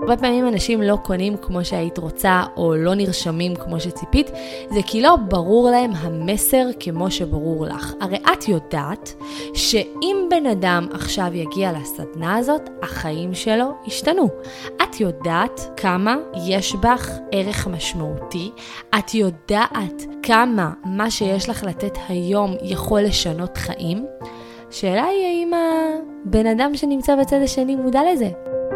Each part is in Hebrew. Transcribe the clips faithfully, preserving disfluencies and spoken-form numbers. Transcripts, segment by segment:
הרבה פעמים אנשים לא קונים כמו שהיית רוצה, או לא נרשמים כמו שציפית, זה כי לא ברור להם המסר כמו שברור לך. הרי את יודעת שאם בן אדם עכשיו יגיע לסדנה הזאת, החיים שלו ישתנו. את יודעת כמה יש בך ערך משמעותי, את יודעת כמה מה שיש לך לתת היום יכול לשנות חיים. שאלה היא האם הבן אדם שנמצא בצד השני מודע לזה.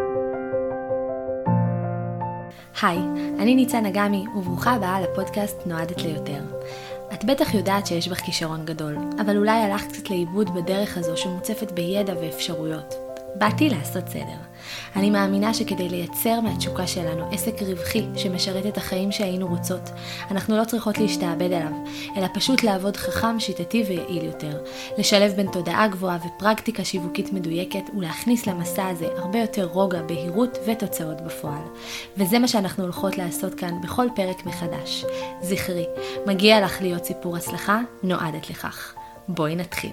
היי, אני ניצן אגמי וברוכה הבאה לפודקאסט נועדת ליותר. את בטח יודעת שיש בך כישרון גדול, אבל אולי הלכת קצת לאיבוד בדרך הזו שמוצפת בידע ואפשרויות. באתי לעשות סדר. אני מאמינה שכדי לייצר מהתשוקה שלנו עסק רווחי שמשרת את החיים שהיינו רוצות, אנחנו לא צריכות להשתעבד עליו, אלא פשוט לעבוד חכם, שיטתי ויעיל יותר, לשלב בין תודעה גבוהה ופרקטיקה שיווקית מדויקת, ולהכניס למסע הזה הרבה יותר רוגע, בהירות ותוצאות בפועל. וזה מה שאנחנו הולכות לעשות כאן בכל פרק מחדש. זכרי, מגיע לך להיות סיפור הצלחה, נועדת לכך. בואי נתחיל.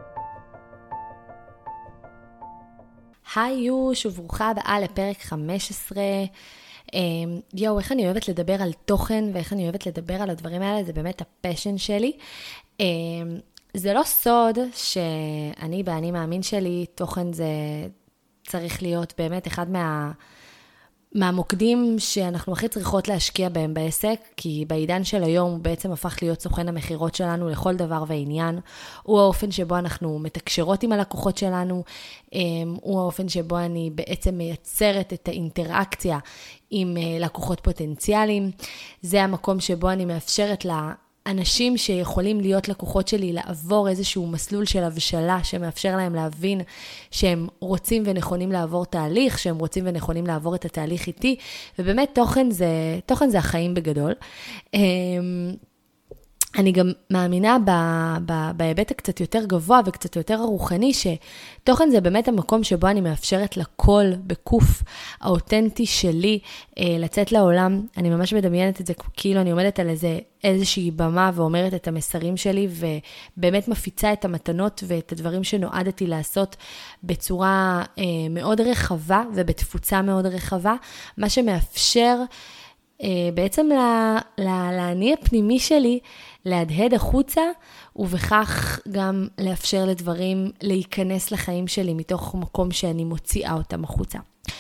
היי יוש וברוכה הבאה לפרק חמש עשרה. יואו, איך אני אוהבת לדבר על תוכן ואיך אני אוהבת לדבר על הדברים האלה, זה באמת הפשן שלי. זה לא סוד שאני באני מאמין שלי, תוכן זה צריך להיות באמת אחד מה... מהמוקדים שאנחנו הכי צריכות להשקיע בהם בעסק, כי בעידן של היום הוא בעצם הפך להיות סוכן המחירות שלנו לכל דבר ועניין. הוא האופן שבו אנחנו מתקשרות עם הלקוחות שלנו, הוא האופן שבו אני בעצם מייצרת את האינטראקציה עם לקוחות פוטנציאליים. זה המקום שבו אני מאפשרת לה אנשים שיכולים להיות לקוחות שלי לעבור איזשהו מסלול של הבשלה שמאפשר להם להבין שהם רוצים ונכונים לעבור תהליך, שהם רוצים ונכונים לעבור את התהליך איתי, ובאמת תוכן זה, תוכן זה החיים בגדול. אני גם מאמינה ב, ב, בהיבט הקצת יותר גבוה וקצת יותר רוחני, שתוכן זה באמת המקום שבו אני מאפשרת לכל בקוף האותנטי שלי אה, לצאת לעולם. אני ממש מדמיינת את זה כאילו אני עומדת על איזה, איזושהי במה ואומרת את המסרים שלי, ובאמת מפיצה את המתנות ואת הדברים שנועדתי לעשות בצורה אה, מאוד רחבה ובתפוצה מאוד רחבה, מה שמאפשר בעצם לעני הפנימי שלי להדהד החוצה, ובכך גם לאפשר לדברים להיכנס לחיים שלי מתוך מקום שאני מוציאה אותם החוצה.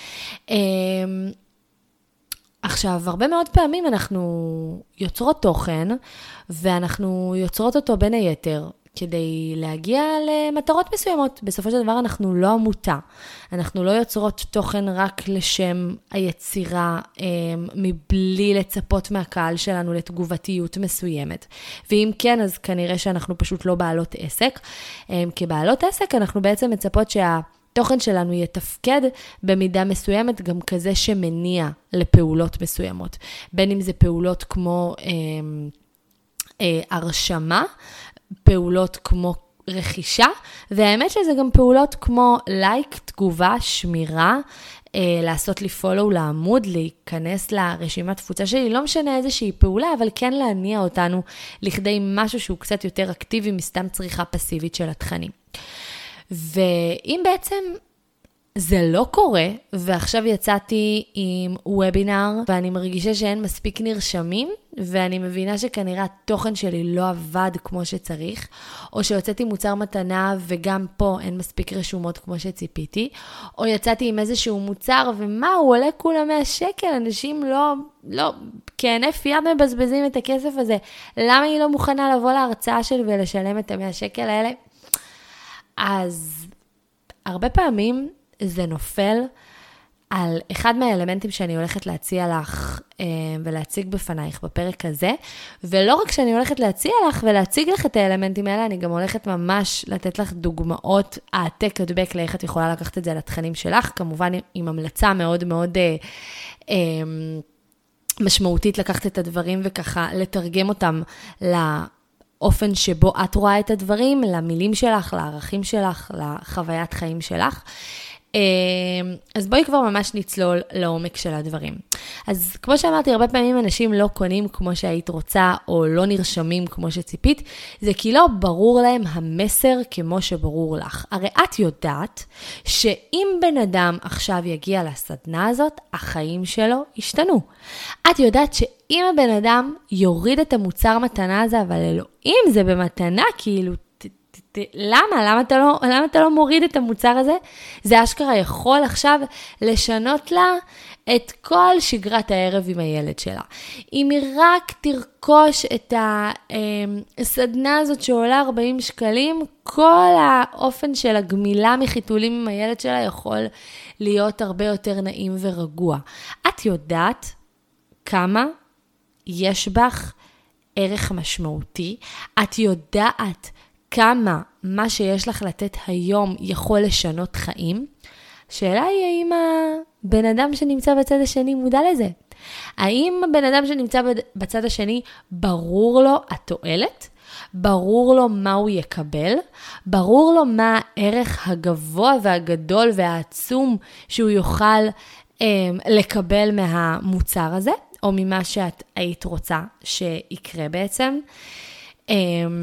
עכשיו, הרבה מאוד פעמים אנחנו יוצרות תוכן, ואנחנו יוצרות אותו בין היתר, כדי להגיע למטרות מסוימות. בסופו של דבר אנחנו לא עמותה. אנחנו לא יוצרות תוכן רק לשם היצירה, מבלי לצפות מהקהל שלנו לתגובתיות מסוימת. ואם כן, אז כנראה שאנחנו פשוט לא בעלות עסק. כבעלות עסק אנחנו בעצם מצפות שהתוכן שלנו יתפקד במידה מסוימת, גם כזה שמניע לפעולות מסוימות. בין אם זה פעולות כמו אה, אה, הרשמה, פעולות כמו רכישה, והאמת שזה גם פעולות כמו לייק, תגובה, שמירה, אה, לעשות לי פולו לעמוד, להיכנס לרשימת תפוצה שלי, לא משנה איזושהי פעולה, אבל כן להניע אותנו לכדי משהו שהוא קצת יותר אקטיבי, מסתם צריכה פסיבית של התכנים. ואם בעצם זה לא קורה, ועכשיו יצאתי עם וובינר, ואני מרגישה שאין מספיק נרשמים, ואני מבינה שכנראה התוכן שלי לא עבד כמו שצריך, או שיוצאתי מוצר מתנה, וגם פה אין מספיק רשומות כמו שציפיתי, או יצאתי עם איזשהו מוצר, ומה, הוא עולה כולה מאה שקל, אנשים לא, לא, כענף יד מבזבזים את הכסף הזה, למה היא לא מוכנה לבוא להרצאה שלי ולשלם את המאה שקל האלה? אז הרבה פעמים, זה נופל על אחד מהאלמנטים שאני הולכת להציע לך ולהציג בפנייך בפרק הזה, ולא רק שאני הולכת להציע לך ולהציג לך את האלמנטים האלה, אני גם הולכת ממש לתת לך דוגמאות העתק הדבק לאיך את יכולה לקחת את זה לתכנים שלך, כמובן עם המלצה מאוד מאוד אה, אה, משמעותית לקחת את הדברים וככה לתרגם אותם לאופן שבו את רואה את הדברים, למילים שלך, לערכים שלך, לחוויית חיים שלך. אז בואי כבר ממש נצלול לעומק של הדברים. אז כמו שאמרתי, הרבה פעמים אנשים לא קונים כמו שהיית רוצה, או לא נרשמים כמו שציפית, זה כי לא ברור להם המסר כמו שברור לך. הרי את יודעת שאם בן אדם עכשיו יגיע לסדנה הזאת, החיים שלו ישתנו. את יודעת שאם הבן אדם יוריד את המוצר מתנה הזה, אבל אלוהים זה במתנה, כאילו, למה? למה אתה לא, למה אתה לא מוריד את המוצר הזה? זה אשכרה יכול עכשיו לשנות לה את כל שגרת הערב עם הילד שלה. אם היא רק תרכוש את הסדנה הזאת שעולה ארבעים שקלים, כל האופן של הגמילה מחיתולים עם הילד שלה יכול להיות הרבה יותר נעים ורגוע. את יודעת כמה יש בך ערך משמעותי? את יודעת כמה מה שיש לך לתת היום יכול לשנות חיים? השאלה היא האם הבן אדם שנמצא בצד השני מודע לזה. האם הבן אדם שנמצא בצד השני ברור לו התועלת? ברור לו מה הוא יקבל? ברור לו מה הערך הגבוה והגדול והעצום שהוא יוכל אה, לקבל מהמוצר הזה? או ממה שאת היית רוצה שיקרה בעצם? אה,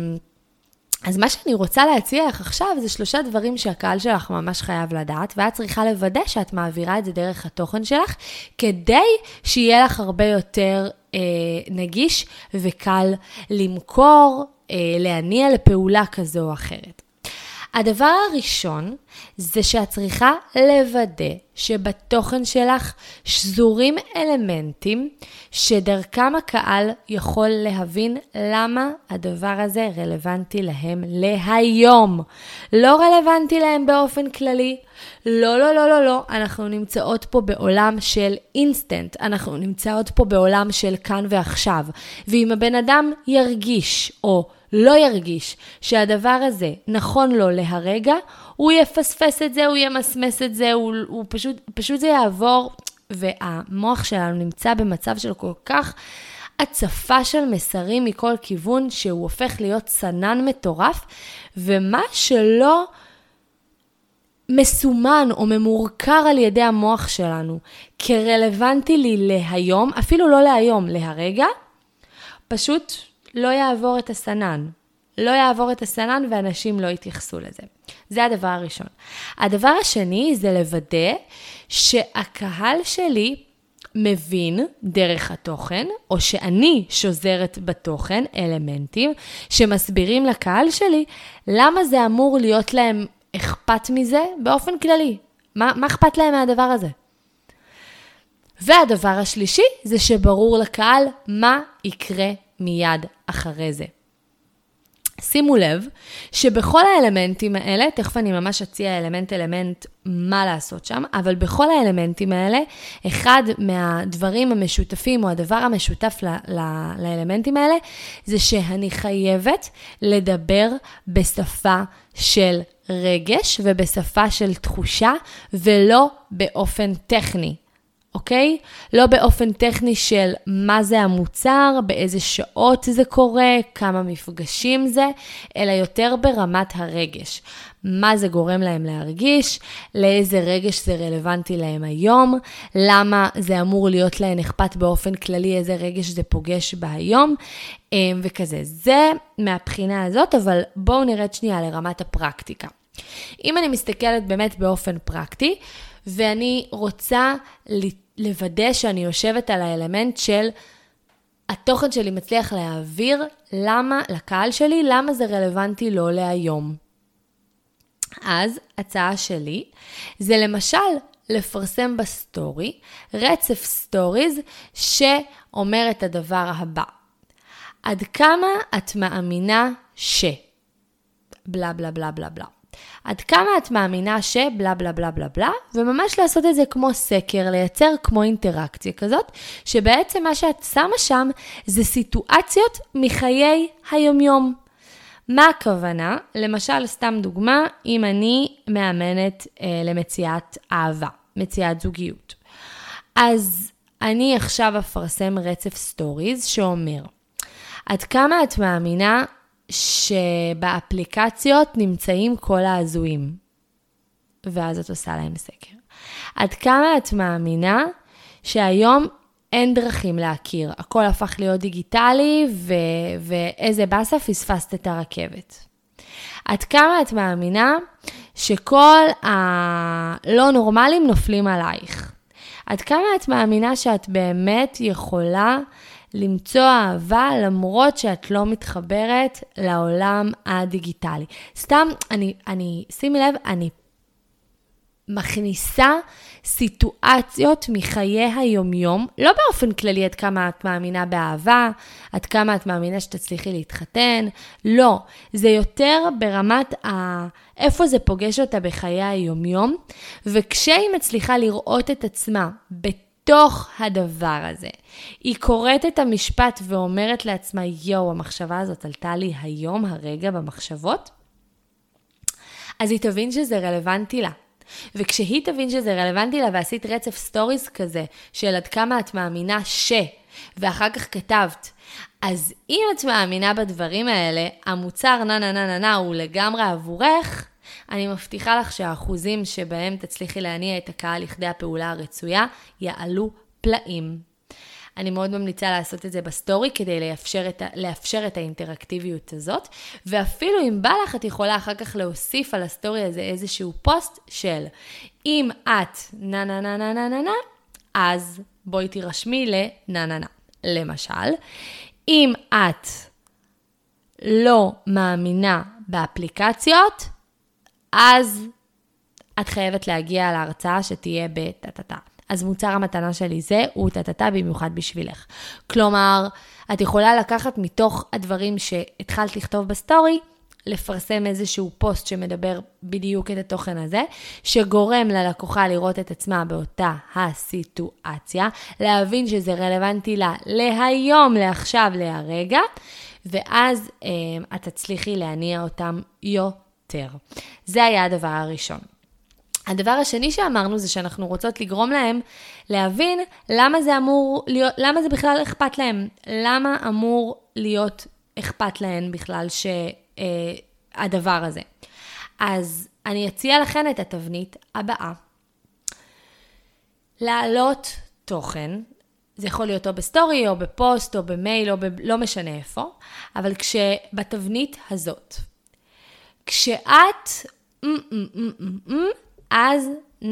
אז מה שאני רוצה להציע לך עכשיו זה שלושה דברים שהקהל שלך ממש חייב לדעת, ואת צריכה לוודא שאת מעבירה את זה דרך התוכן שלך, כדי שיהיה לך הרבה יותר אה, נגיש וקל למכור, אה, להניע לפעולה כזו או אחרת. הדבר הראשון זה שאת צריכה לוודא שבתוכן שלך שזורים אלמנטים שדרכם הקהל יכול להבין למה הדבר הזה רלוונטי להם להיום. לא רלוונטי להם באופן כללי. לא, לא, לא, לא, לא. אנחנו נמצאות פה בעולם של אינסטנט. אנחנו נמצאות פה בעולם של כאן ועכשיו. ואם הבן אדם ירגיש או לא ירגיש שהדבר הזה נכון לו להרגע, הוא יפספס את זה, הוא ימסמס את זה, הוא, הוא פשוט, פשוט זה יעבור, והמוח שלנו נמצא במצב של כל כך הצפה של מסרים מכל כיוון, שהוא הופך להיות סנן מטורף, ומה שלא מסומן או ממורכר על ידי המוח שלנו, כרלוונטי לי להיום, אפילו לא להיום, להרגע, פשוט לא יעבור את הסנן. לא יעבור את הסנן ואנשים לא יתייחסו לזה. זה הדבר הראשון. הדבר השני זה לוודא שהקהל שלי מבין דרך התוכן, או שאני שוזרת בתוכן אלמנטים שמסבירים לקהל שלי למה זה אמור להיות להם אכפת מזה באופן כללי. מה, מה אכפת להם מהדבר הזה? והדבר השלישי זה שברור לקהל מה יקרה מיד אחרי זה. שימו לב שבכל האלמנטים האלה, תכף אני ממש אציע אלמנט אלמנט מה לעשות שם, אבל בכל האלמנטים האלה, אחד מהדברים המשותפים או הדבר המשותף ל- ל- לאלמנטים האלה, זה שאני חייבת לדבר בשפה של רגש ובשפה של תחושה ולא באופן טכני. אוקיי? לא באופן טכני של מה זה המוצר, באיזה שעות זה קורה, כמה מפגשים זה, אלא יותר ברמת הרגש. מה זה גורם להם להרגיש, לאיזה רגש זה רלוונטי להם היום, למה זה אמור להיות להם אכפת באופן כללי, איזה רגש זה פוגש בהיום, וכזה. זה מהבחינה הזאת, אבל בואו נרד שנייה לרמת הפרקטיקה. אם אני מסתכלת באמת באופן פרקטי, ואני רוצה לוודא שאני יושבת על האלמנט של התוכן שלי מצליח להעביר למה, לקהל שלי, למה זה רלוונטי לא להיום. אז הצעה שלי זה למשל לפרסם בסטורי רצף סטוריז שאומר את הדבר הבא. עד כמה את מאמינה ש... בלה בלה בלה בלה בלה. עד כמה את מאמינה שבלה בלה בלה בלה בלה, וממש לעשות את זה כמו סקר, לייצר כמו אינטראקציה כזאת, שבעצם מה שאת שמה שם זה סיטואציות מחיי היומיום. מה הכוונה? למשל, סתם דוגמה, אם אני מאמנת אה, למציאת אהבה, מציאת זוגיות. אז אני עכשיו אפרסם רצף סטוריז שאומר, עד כמה את מאמינה שבאפליקציות נמצאים כל ההזויים. ואז את עושה להם סקר. עד כמה את מאמינה שהיום אין דרכים להכיר, הכל הפך להיות דיגיטלי, ו- ואיזה בסה פספסת את הרכבת. עד כמה את מאמינה שכל הלא נורמלים נופלים עלייך. עד כמה את מאמינה שאת באמת יכולה למצוא אהבה למרות שאת לא מתחברת לעולם הדיגיטלי. סתם, אני, אני, שימי לב, אני מכניסה סיטואציות מחיי היומיום, לא באופן כללי עד כמה את מאמינה באהבה, עד כמה את מאמינה שתצליחי להתחתן, לא. זה יותר ברמת ה... איפה זה פוגש אותה בחיי היומיום, וכשהיא מצליחה לראות את עצמה בתוך הדבר הזה, היא קוראת את המשפט ואומרת לעצמה, יו, המחשבה הזאת עלתה לי היום הרגע במחשבות, אז היא תבין שזה רלוונטי לה. וכשהיא תבין שזה רלוונטי לה ועשית רצף סטוריז כזה של עד כמה את מאמינה ש, ואחר כך כתבת, אז אם את מאמינה בדברים האלה, המוצר נה נה נה נה נה הוא לגמרי עבורך, אני מבטיחה לך שהאחוזים שבהם תצליחי להניע את הקהל לכדי הפעולה הרצויה, יעלו פלאים. אני מאוד ממליצה לעשות את זה בסטורי, כדי לאפשר את, לאפשר את האינטראקטיביות הזאת, ואפילו אם בא לך, את יכולה אחר כך להוסיף על הסטורי הזה איזשהו פוסט של, אם את נה נה נה נה נה נה נה, אז בואי תירשמי לנה נה נה. למשל, אם את לא מאמינה באפליקציות, אז את חייבת להגיע להרצאה שתהיה בטטטה. אז מוצר המתנה שלי זה, הוא טטטה במיוחד בשבילך. כלומר, את יכולה לקחת מתוך הדברים שהתחלת לכתוב בסטורי, לפרסם איזשהו פוסט שמדבר בדיוק את התוכן הזה, שגורם ללקוחה לראות את עצמה באותה הסיטואציה, להבין שזה רלוונטי לה להיום, לעכשיו, להרגע, ואז אה, את תצליחי להניע אותם יותר. זה היה הדבר הראשון. הדבר השני שאמרנו זה שאנחנו רוצות לגרום להם להבין למה זה אמור להיות, למה זה בכלל אכפת להם, למה אמור להיות אכפת להם בכלל שהדבר הזה. אז אני אציע לכם את התבנית הבאה. להעלות תוכן, זה יכול להיות או בסטורי או בפוסט או במייל או ב... לא משנה איפה, אבל כשבתבנית הזאת, כשאת אז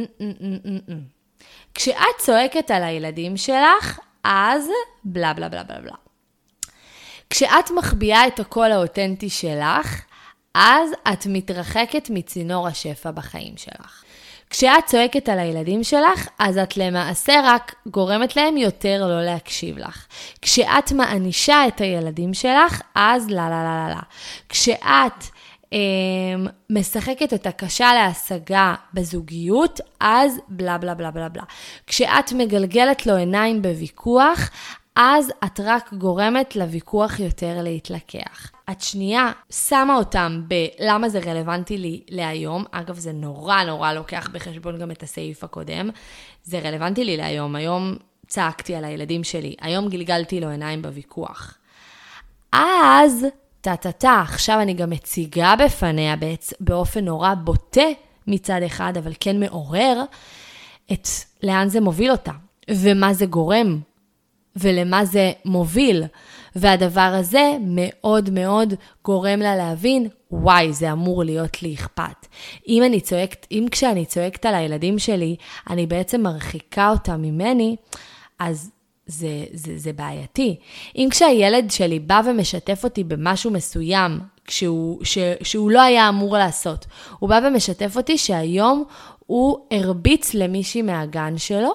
כשאת צועקת על הילדים שלך, אז בלה בלה בלה בלה בלה. כשאת מחביאה את הקול האותנטי שלך, אז את מתרחקת מצינור השפע בחיים שלך. כשאת צועקת על הילדים שלך, אז את למעשה רק גורמת להם יותר לא להקשיב לך. כשאת מענישה את הילדים שלך, אז לה לה לה לה. כשאת משחקת אותה קשה להשגה בזוגיות, אז בלה בלה בלה בלה בלה. כשאת מגלגלת לו עיניים בוויכוח, אז את רק גורמת לוויכוח יותר להתלקח. את שנייה שמה אותם בלמה זה רלוונטי לי להיום, אגב זה נורא נורא לוקח בחשבון גם את הסעיף הקודם, זה רלוונטי לי להיום, היום צעקתי על הילדים שלי, היום גלגלתי לו עיניים בוויכוח. אז טה-טה-טה, עכשיו אני גם מציגה בפניה באופן נורא בוטה מצד אחד, אבל כן מעורר את לאן זה מוביל אותה, ומה זה גורם, ולמה זה מוביל. והדבר הזה מאוד מאוד גורם לה להבין, וואי, זה אמור להיות לי אכפת. אם אני צועקת, אם כשאני צועקת על הילדים שלי, אני בעצם מרחיקה אותם ממני, אז זה, זה, זה בעייתי. אם כשהילד שלי בא ומשתף אותי במשהו מסוים, כשהוא, ש, שהוא לא היה אמור לעשות, הוא בא ומשתף אותי שהיום הוא הרביץ למישהי מהגן שלו,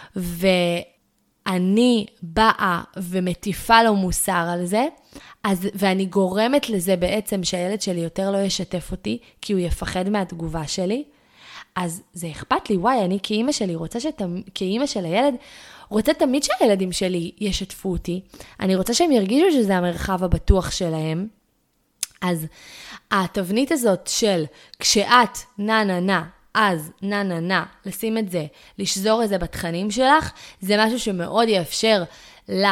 ואני באה ומטיפה לו מוסר על זה, אז, ואני גורמת לזה בעצם שהילד שלי יותר לא ישתף אותי, כי הוא יפחד מהתגובה שלי, אז זה אכפת לי, וואי, אני כאימא שלי רוצה שתם, כאימא של הילד, רוצה תמיד שהילדים שלי ישתפו אותי, אני רוצה שהם ירגישו שזה המרחב הבטוח שלהם, אז התבנית הזאת של כשאת נה נה נה, אז נה נה נה, לשים את זה, לשזור את זה בתכנים שלך, זה משהו שמאוד יאפשר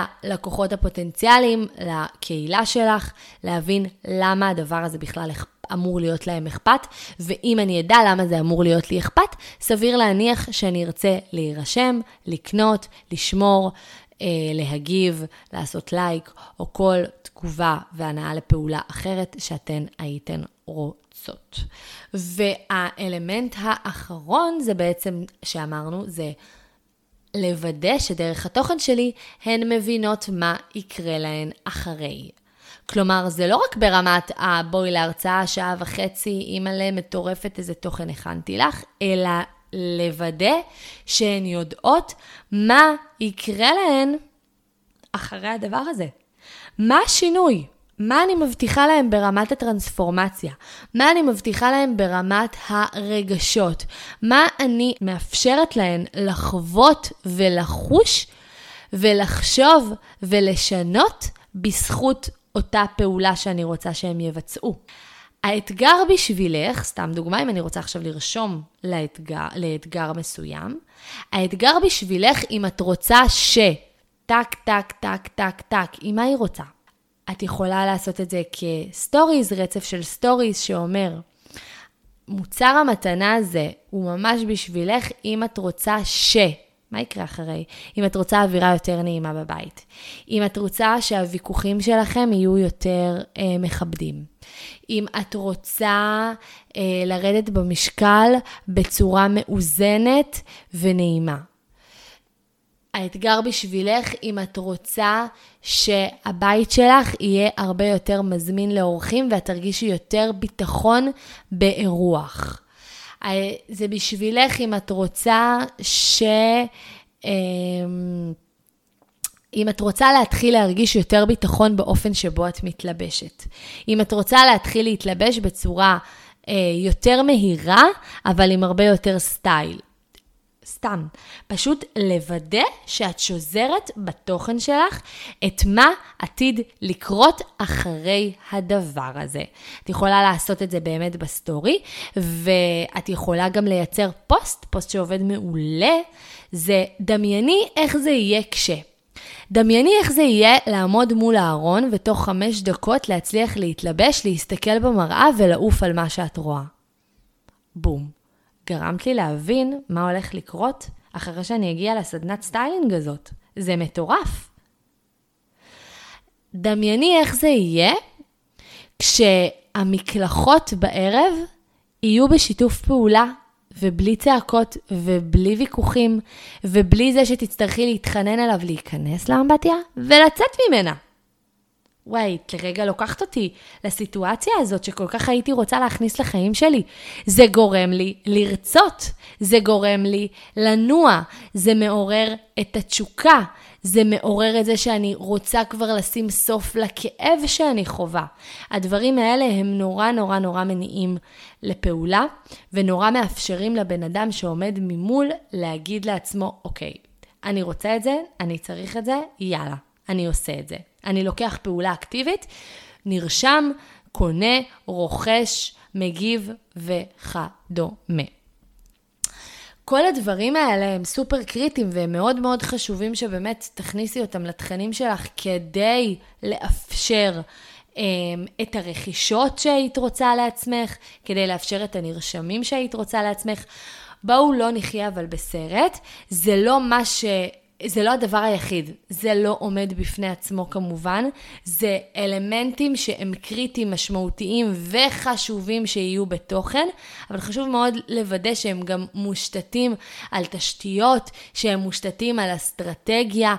ללקוחות הפוטנציאליים, לקהילה שלך, להבין למה הדבר הזה בכלל אמור להיות להם אכפת, ואם אני אדע למה זה אמור להיות לי אכפת, סביר להניח שאני ארצה להירשם, לקנות, לשמור, להגיב, לעשות לייק, או כל תגובה והנאה לפעולה אחרת שאתן הייתן רוצות. והאלמנט האחרון זה בעצם שאמרנו, זה לוודא שדרך התוכן שלי הן מבינות מה יקרה להן אחרי. כלומר, זה לא רק ברמת הבואי להרצאה שעה וחצי, אימא'לה מטורפת איזה תוכן הכנתי לך, אלא לוודא שהן יודעות מה יקרה להן אחרי הדבר הזה. מה השינוי? מה אני מבטיחה להם ברמת הטרנספורמציה? מה אני מבטיחה להם ברמת הרגשות? מה אני מאפשרת להן לחוות ולחוש ולחשוב ולשנות בזכות אותה פעולה שאני רוצה שהם יבצעו? האתגר בשבילך, סתם דוגמה, אם אני רוצה עכשיו לרשום לאתגר, לאתגר מסוים, האתגר בשבילך, אם את רוצה ש... טק, טק, טק, טק, טק, עם מה היא רוצה? את יכולה לעשות את זה כסטוריז, רצף של סטוריז שאומר, מוצר המתנה הזה הוא ממש בשבילך אם את רוצה ש... מה יקרה אחרי? אם את רוצה אווירה יותר נעימה בבית. אם את רוצה שהוויכוחים שלכם יהיו יותר אה, מכבדים. אם את רוצה אה, לרדת במשקל בצורה מאוזנת ונעימה. האתגר בשבילך אם את רוצה שהבית שלך יהיה הרבה יותר מזמין לאורחים ואת תרגישי יותר ביטחון באירוח. זה בשבילך אם את רוצה ש... אם את רוצה להתחיל להרגיש יותר ביטחון באופן שבו את מתלבשת. אם את רוצה להתחיל להתלבש בצורה יותר מהירה, אבל עם הרבה יותר סטייל. סתם, פשוט לוודא שאת שוזרת בתוכן שלך את מה עתיד לקרות אחרי הדבר הזה. את יכולה לעשות את זה באמת בסטורי, ואת יכולה גם לייצר פוסט, פוסט שעובד מעולה, זה דמייני איך זה יהיה כש. דמייני איך זה יהיה לעמוד מול הארון, ותוך חמש דקות להצליח להתלבש, להסתכל במראה ולעוף על מה שאת רואה. בום. גרמת לי להבין מה הולך לקרות אחרי שאני אגיע לסדנת סטיילינג הזאת. זה מטורף. דמייני איך זה יהיה כשהמקלחות בערב יהיו בשיתוף פעולה ובלי צעקות ובלי ויכוחים ובלי זה שתצטרכי להתחנן עליו להיכנס לאמבטיה ולצאת ממנה. וואי, לרגע לוקחת אותי לסיטואציה הזאת שכל כך הייתי רוצה להכניס לחיים שלי. זה גורם לי לרצות, זה גורם לי לנוע, זה מעורר את התשוקה, זה מעורר את זה שאני רוצה כבר לשים סוף לכאב שאני חובה. הדברים האלה הם נורא נורא נורא מניעים לפעולה, ונורא מאפשרים לבן אדם שעומד ממול להגיד לעצמו, אוקיי, אני רוצה את זה, אני צריך את זה, יאללה, אני עושה את זה. אני לוקח פעולה אקטיבית, נרשם, קונה, רוכש, מגיב וכדומה. כל הדברים האלה הם סופר קריטיים והם מאוד מאוד חשובים שבאמת תכניסי אותם לתכנים שלך כדי לאפשר את הרכישות שהיית רוצה לעצמך, כדי לאפשר את הנרשמים שהיית רוצה לעצמך. בואו לא נחיה אבל בסרט, זה לא מה ש... זה לא הדבר היחיד, זה לא עומד בפני עצמו כמובן, זה אלמנטים שהם קריטיים, משמעותיים וחשובים שיהיו בתוכן, אבל חשוב מאוד לוודא שהם גם מושתתים על תשתיות, שהם מושתתים על אסטרטגיה,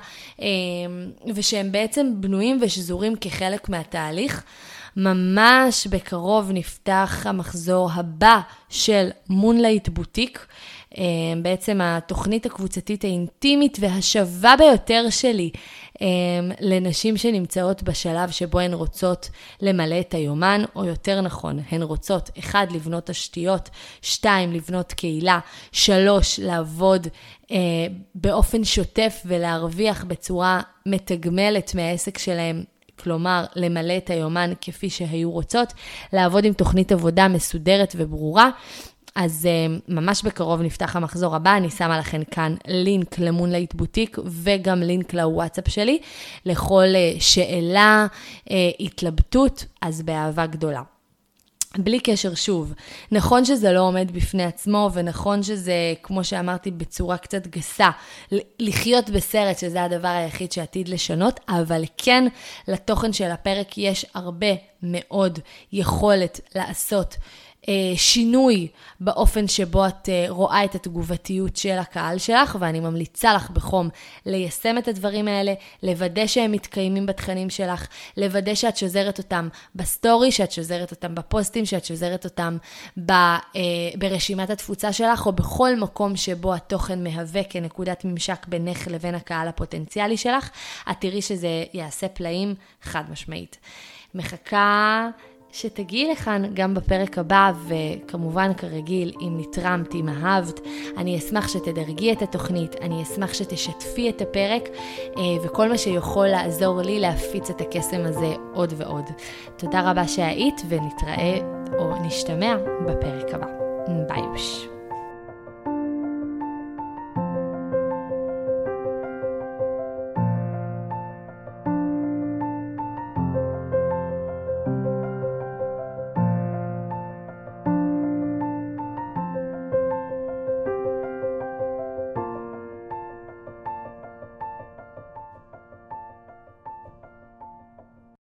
ושהם בעצם בנויים ושזורים כחלק מהתהליך. ממש בקרוב נפתח המחזור הבא של מונלייט בוטיק, בעצם התוכנית הקבוצתית האינטימית והשווה ביותר שלי לנשים שנמצאות בשלב שבו הן רוצות למלא את היומן, או יותר נכון, הן רוצות, אחד, לבנות תשתיות, שתיים, לבנות קהילה, שלוש, לעבוד באופן שוטף ולהרוויח בצורה מתגמלת מהעסק שלהם, כלומר, למלא את היומן כפי שהיו רוצות, לעבוד עם תוכנית עבודה מסודרת וברורה. אז ממש בקרוב נפתח המחזור הבא, אני שמה לכם כאן לינק למונלייט בוטיק, וגם לינק לוואטסאפ שלי, לכל שאלה, התלבטות, אז באהבה גדולה. בלי קשר שוב, נכון שזה לא עומד בפני עצמו, ונכון שזה, כמו שאמרתי, בצורה קצת גסה, לחיות בסרט, שזה הדבר היחיד שעתיד לשנות, אבל כן, לתוכן של הפרק יש הרבה מאוד יכולת לעשות שינוי באופן שבו את רואה את התגובתיות של הקהל שלך, ואני ממליצה לך בחום ליישם את הדברים האלה, לוודא שהם מתקיימים בתכנים שלך, לוודא שאת שוזרת אותם בסטורי, שאת שוזרת אותם בפוסטים, שאת שוזרת אותם ברשימת התפוצה שלך, או בכל מקום שבו התוכן מהווה כנקודת ממשק בינך לבין הקהל הפוטנציאלי שלך, את תראי שזה יעשה פלאים חד משמעית. מחכה שתגיעי לכאן גם בפרק הבא, וכמובן כרגיל, אם נתרמת, אם אהבת, אני אשמח שתדרגי את התוכנית, אני אשמח שתשתפי את הפרק, וכל מה שיכול לעזור לי להפיץ את הקסם הזה עוד ועוד. תודה רבה שהיית, ונתראה או נשתמע בפרק הבא.